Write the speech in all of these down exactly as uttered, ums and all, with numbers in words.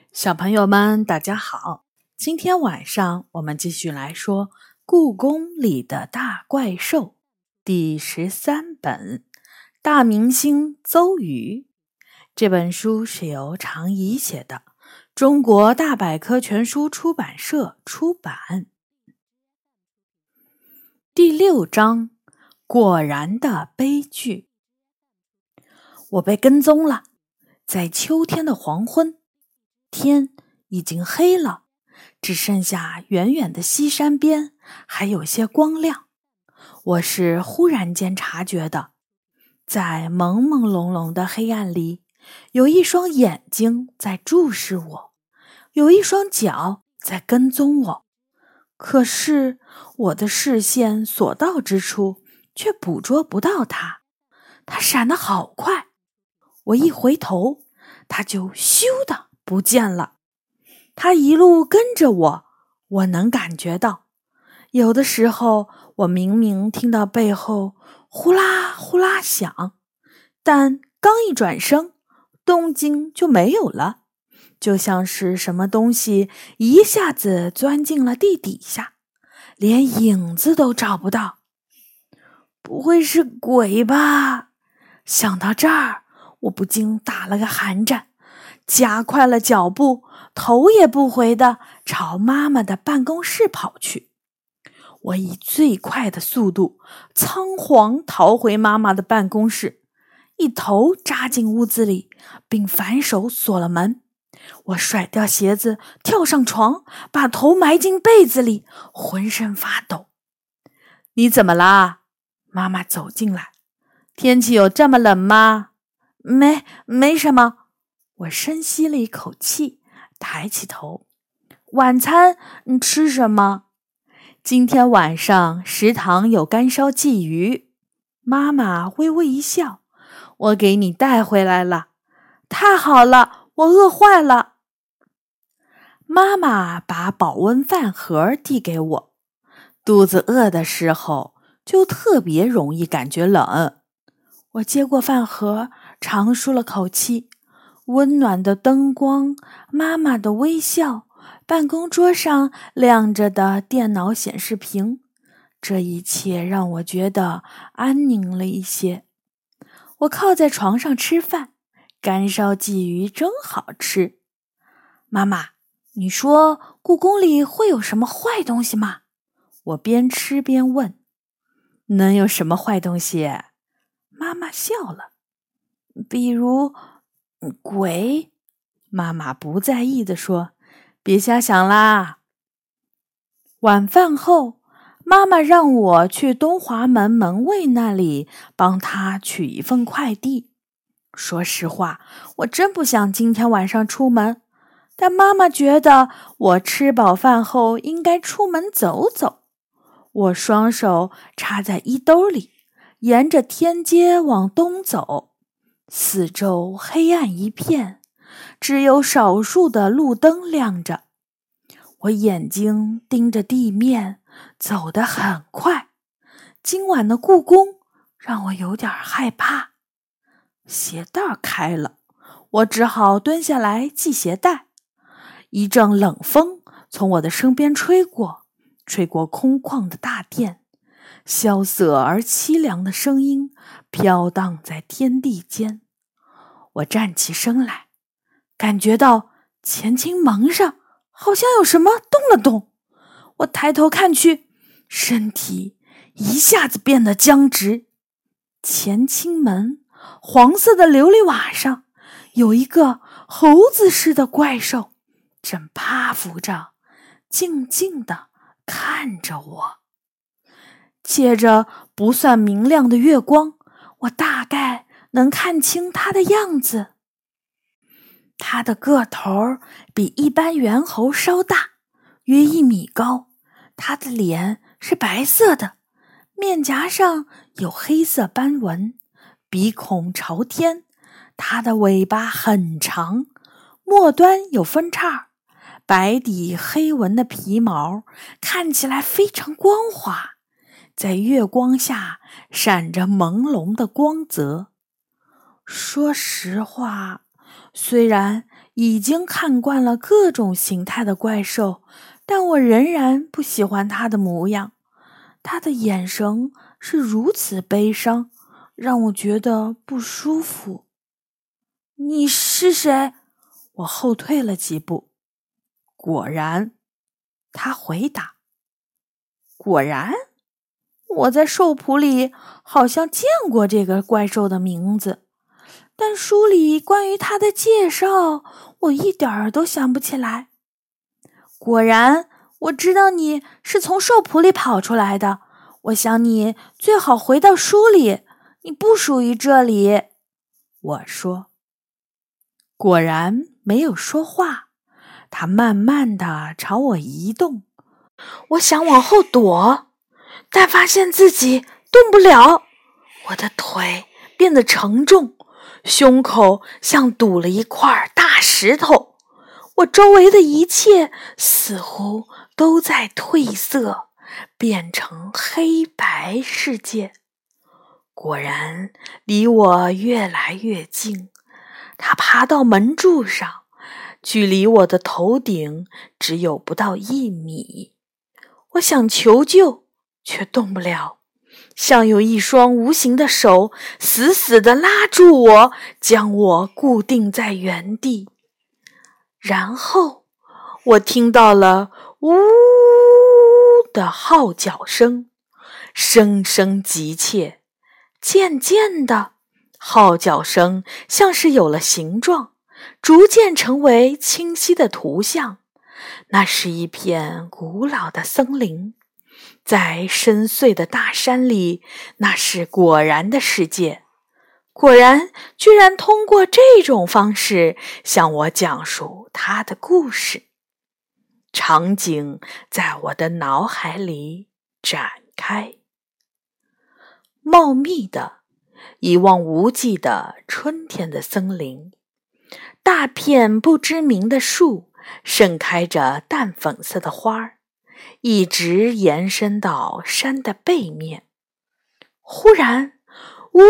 小朋友们，大家好！今天晚上我们继续来说《故宫里的大怪兽》第十三本《大明星邹宇》。这本书是由常怡写的，中国大百科全书出版社出版。第六章，果然的悲剧。我被跟踪了，在秋天的黄昏。天已经黑了，只剩下远远的西山边还有些光亮。我是忽然间察觉的，在朦朦胧胧的黑暗里，有一双眼睛在注视我，有一双脚在跟踪我。可是我的视线所到之处，却捕捉不到它。它闪得好快，我一回头，它就咻的不见了。他一路跟着我，我能感觉到。有的时候，我明明听到背后呼啦呼啦响，但刚一转身，动静就没有了，就像是什么东西一下子钻进了地底下，连影子都找不到。不会是鬼吧？想到这儿，我不禁打了个寒战，加快了脚步，头也不回地朝妈妈的办公室跑去。我以最快的速度仓皇逃回妈妈的办公室，一头扎进屋子里，并反手锁了门。我甩掉鞋子，跳上床，把头埋进被子里，浑身发抖。你怎么啦？妈妈走进来。天气有这么冷吗？没，没什么。我深吸了一口气，抬起头。晚餐你吃什么？今天晚上食堂有干烧鲫鱼。妈妈微微一笑，我给你带回来了。太好了，我饿坏了。妈妈把保温饭盒递给我。肚子饿的时候，就特别容易感觉冷。我接过饭盒，长舒了口气。温暖的灯光，妈妈的微笑，办公桌上亮着的电脑显示屏，这一切让我觉得安宁了一些。我靠在床上吃饭，干烧鲫鱼真好吃。妈妈，你说故宫里会有什么坏东西吗？我边吃边问。能有什么坏东西？妈妈笑了。比如鬼？妈妈不在意地说，别瞎想啦。晚饭后，妈妈让我去东华门门卫那里帮她取一份快递。说实话，我真不想今天晚上出门，但妈妈觉得我吃饱饭后应该出门走走。我双手插在衣兜里，沿着天街往东走。四周黑暗一片，只有少数的路灯亮着。我眼睛盯着地面，走得很快。今晚的故宫让我有点害怕。鞋带开了，我只好蹲下来系鞋带。一阵冷风从我的身边吹过，吹过空旷的大殿，萧瑟而凄凉的声音飘荡在天地间。我站起身来，感觉到前倾门上好像有什么动了动。我抬头看去，身体一下子变得僵直。前倾门黄色的琉璃瓦上有一个猴子似的怪兽，正趴伏着，静静地看着我。借着不算明亮的月光，我大概能看清它的样子。它的个头比一般猿猴稍大，约一米高。它的脸是白色的，面颊上有黑色斑纹，鼻孔朝天。它的尾巴很长，末端有分叉，白底黑纹的皮毛看起来非常光滑，在月光下闪着朦胧的光泽。说实话，虽然已经看惯了各种形态的怪兽，但我仍然不喜欢它的模样。它的眼神是如此悲伤，让我觉得不舒服。你是谁？我后退了几步。果然，他回答。果然？我在兽谱里好像见过这个怪兽的名字，但书里关于它的介绍，我一点儿都想不起来。果然，我知道你是从兽谱里跑出来的，我想你最好回到书里，你不属于这里。我说。果然没有说话，他慢慢地朝我移动。我想往后躲，但发现自己动不了，我的腿变得沉重，胸口像堵了一块大石头。我周围的一切似乎都在褪色，变成黑白世界。果然，离我越来越近，他爬到门柱上，距离我的头顶只有不到一米。我想求救，却动不了，像有一双无形的手死死地拉住我，将我固定在原地。然后我听到了呜的号角声，声声急切。渐渐的，号角声像是有了形状，逐渐成为清晰的图像。那是一片古老的森林，在深邃的大山里，那是果然的世界。果然居然通过这种方式向我讲述他的故事。场景在我的脑海里展开。茂密的、一望无际的春天的森林，大片不知名的树盛开着淡粉色的花儿，一直延伸到山的背面。忽然，呜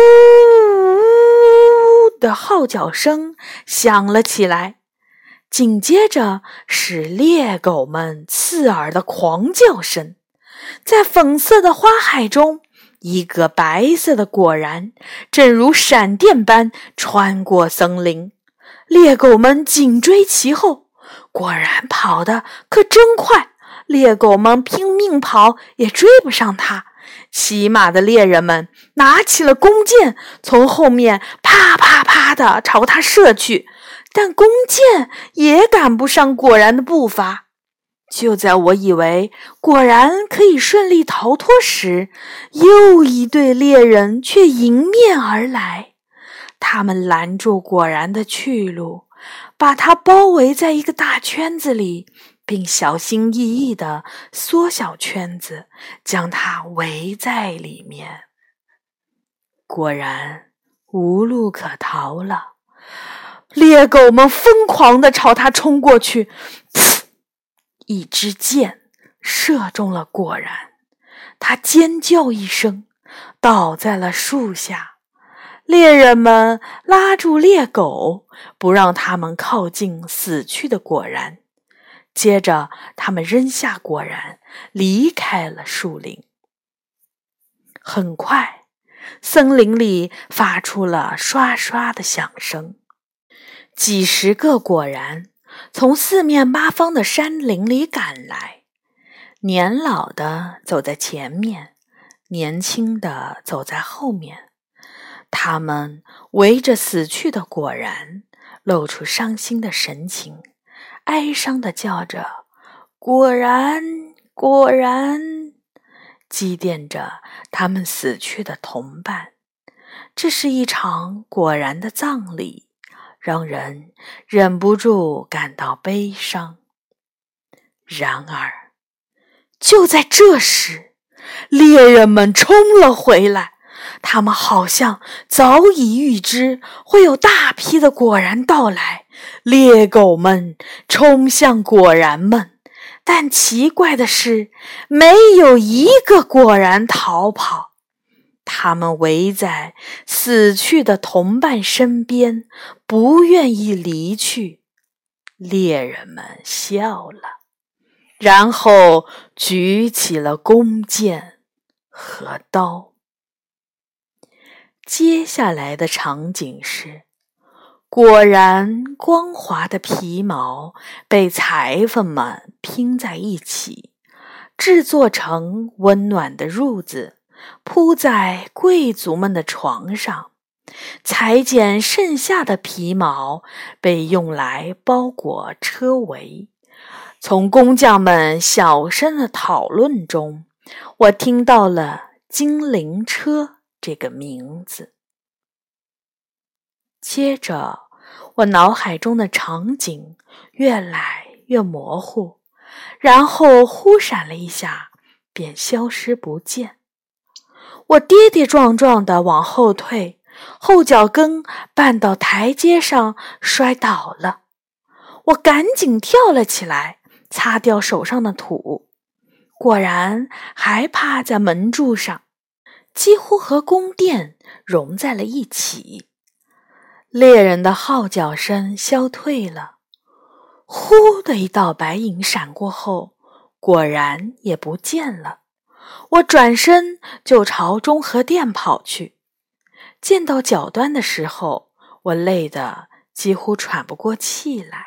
呜的号角声响了起来，紧接着是猎狗们刺耳的狂叫声。在粉色的花海中，一个白色的果然正如闪电般穿过森林，猎狗们紧追其后。果然跑得可真快，猎狗们拼命跑也追不上它。骑马的猎人们拿起了弓箭，从后面啪啪啪地朝它射去，但弓箭也赶不上果然的步伐。就在我以为果然可以顺利逃脱时，又一队猎人却迎面而来。他们拦住果然的去路，把他包围在一个大圈子里，并小心翼翼地缩小圈子，将他围在里面。果然无路可逃了，猎狗们疯狂地朝他冲过去，一支箭射中了果然，他尖叫一声，倒在了树下。猎人们拉住猎狗，不让他们靠近死去的果然。接着，他们扔下果然，离开了树林。很快，森林里发出了刷刷的响声，几十个果然从四面八方的山林里赶来，年老的走在前面，年轻的走在后面。他们围着死去的果然，露出伤心的神情，哀伤地叫着果然果然，祭奠着他们死去的同伴。这是一场果然的葬礼，让人忍不住感到悲伤。然而，就在这时，猎人们冲了回来，他们好像早已预知会有大批的果然到来。猎狗们冲向果然们，但奇怪的是，没有一个果然逃跑。他们围在死去的同伴身边，不愿意离去。 猎人们笑了，然后举起了弓箭和刀。接下来的场景是，果然光滑的皮毛被裁缝们拼在一起，制作成温暖的褥子，铺在贵族们的床上。裁剪剩下的皮毛被用来包裹车帷。从工匠们小声的讨论中，我听到了精灵车这个名字。接着，我脑海中的场景越来越模糊，然后忽闪了一下，便消失不见。我跌跌撞撞地往后退，后脚跟绊到台阶上摔倒了。我赶紧跳了起来，擦掉手上的土，果然还趴在门柱上，几乎和宫殿融在了一起。猎人的号角声消退了，呼的一道白影闪过后，果然也不见了。我转身就朝中和殿跑去。见到脚端的时候，我累得几乎喘不过气来。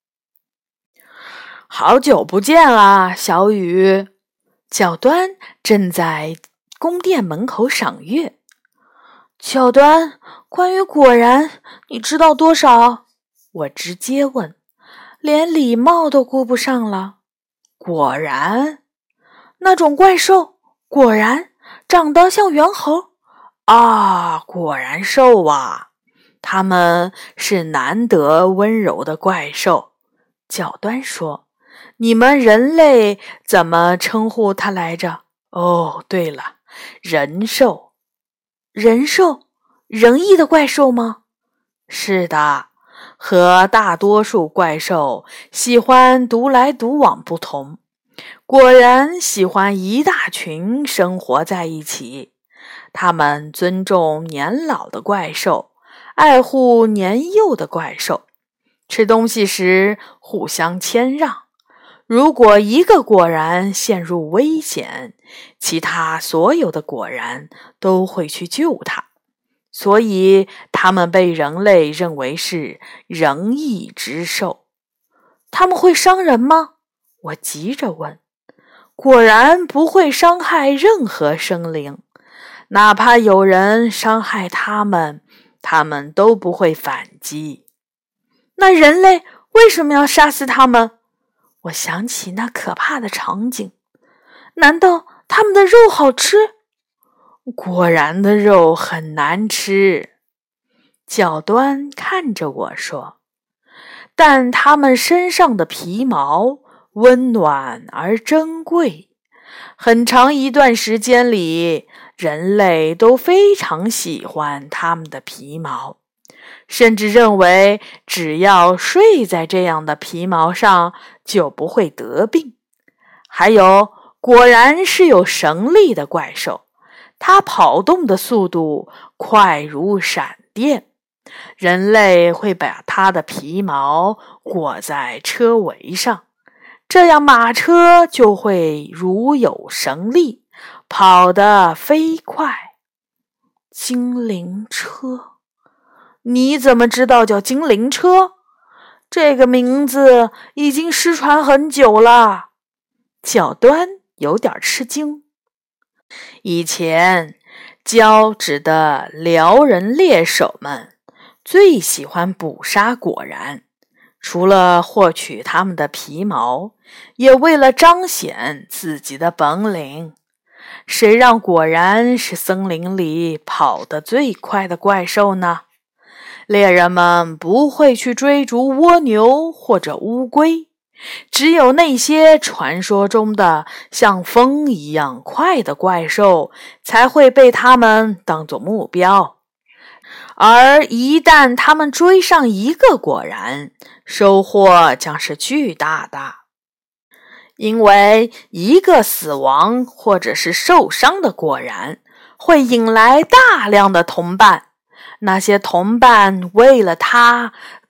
好久不见啦，小雨。脚端正在宫殿门口赏月。脚端，关于果然，你知道多少？我直接问，连礼貌都顾不上了。果然，那种怪兽，果然长得像猿猴。啊，果然兽啊，它们是难得温柔的怪兽。脚端说，你们人类怎么称呼它来着？哦，对了，人兽。人兽？仁义的怪兽吗？是的，和大多数怪兽喜欢独来独往不同，果然喜欢一大群生活在一起。他们尊重年老的怪兽，爱护年幼的怪兽，吃东西时互相谦让。如果一个果然陷入危险，其他所有的果然都会去救它，所以它们被人类认为是仁义之兽。他们会伤人吗？我急着问。果然不会伤害任何生灵，哪怕有人伤害他们，他们都不会反击。那人类为什么要杀死他们？我想起那可怕的场景。难道他们的肉好吃？果然的肉很难吃。脚端看着我说，但他们身上的皮毛温暖而珍贵，很长一段时间里，人类都非常喜欢他们的皮毛，甚至认为只要睡在这样的皮毛上就不会得病。还有，果然是有神力的怪兽，它跑动的速度快如闪电，人类会把它的皮毛裹在车帷上，这样马车就会如有神力，跑得飞快。精灵车？你怎么知道叫精灵车？这个名字已经失传很久了。脚端有点吃惊。以前，交趾的辽人猎手们最喜欢捕杀果然，除了获取它们的皮毛，也为了彰显自己的本领。谁让果然是森林里跑得最快的怪兽呢？猎人们不会去追逐蜗牛或者乌龟，只有那些传说中的像风一样快的怪兽才会被他们当作目标。而一旦他们追上一个果然，收获将是巨大的。因为一个死亡或者是受伤的果然会引来大量的同伴，那些同伴为了他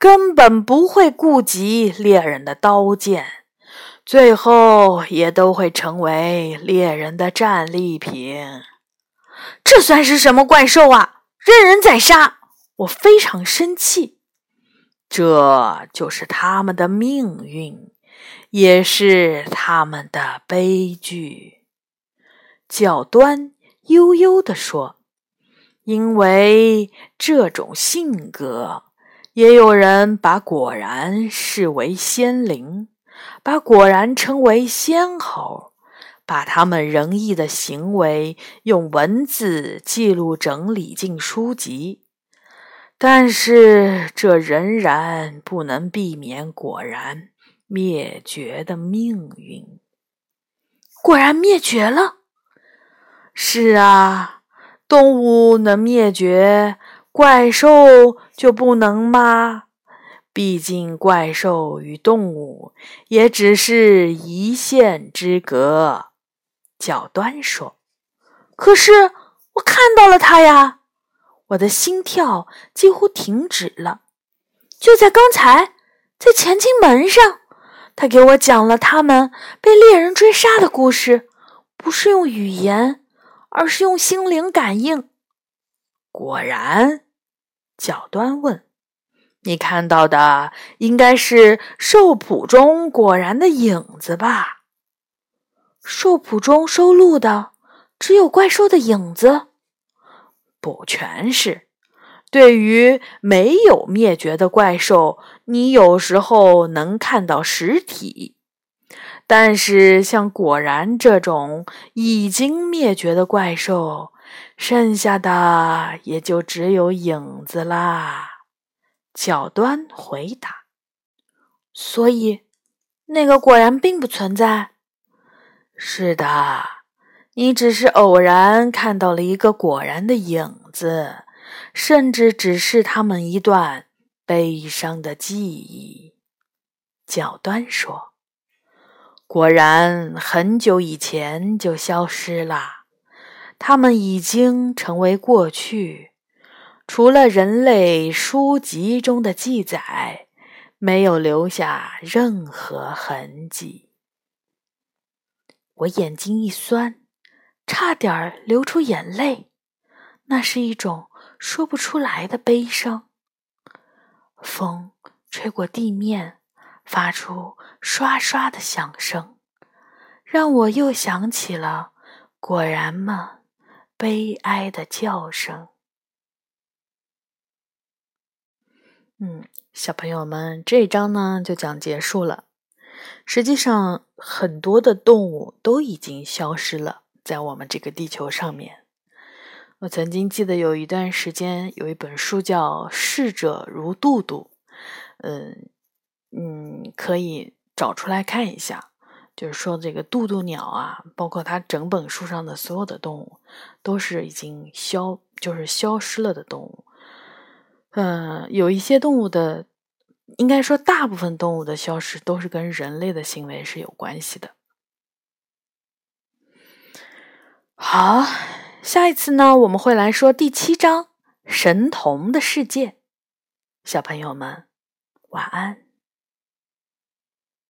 根本不会顾及猎人的刀剑，最后也都会成为猎人的战利品。这算是什么怪兽啊？人人宰杀！我非常生气。这就是他们的命运，也是他们的悲剧。角端悠悠地说，因为这种性格，也有人把果然视为仙灵，把果然称为仙猴，把他们仁义的行为用文字记录整理进书籍。但是这仍然不能避免果然灭绝的命运。果然灭绝了？是啊，动物能灭绝，怪兽就不能吗？毕竟怪兽与动物也只是一线之隔。角端说，可是我看到了它呀，我的心跳几乎停止了。就在刚才，在前进门上，他给我讲了他们被猎人追杀的故事，不是用语言，而是用心灵感应。果然？角端问，你看到的应该是兽谱中果然的影子吧？兽谱中收录的只有怪兽的影子？不全是。对于没有灭绝的怪兽，你有时候能看到实体，但是像果然这种已经灭绝的怪兽，剩下的也就只有影子啦。角端回答，所以那个果然并不存在？是的，你只是偶然看到了一个果然的影子，甚至只是他们一段悲伤的记忆。角端说，果然很久以前就消失了，他们已经成为过去，除了人类书籍中的记载，没有留下任何痕迹。我眼睛一酸，差点流出眼泪，那是一种说不出来的悲伤。风吹过地面，发出刷刷的响声，让我又想起了果然们悲哀的叫声。嗯，小朋友们，这一章呢就讲结束了。实际上，很多的动物都已经消失了，在我们这个地球上面。我曾经记得有一段时间，有一本书叫《逝者如杜杜》，嗯嗯，可以找出来看一下。就是说，这个渡渡鸟啊，包括它整本书上的所有的动物，都是已经消，就是消失了的动物。嗯，有一些动物的。应该说大部分动物的消失都是跟人类的行为是有关系的。好，下一次呢，我们会来说第七章神童的世界。小朋友们，晚安。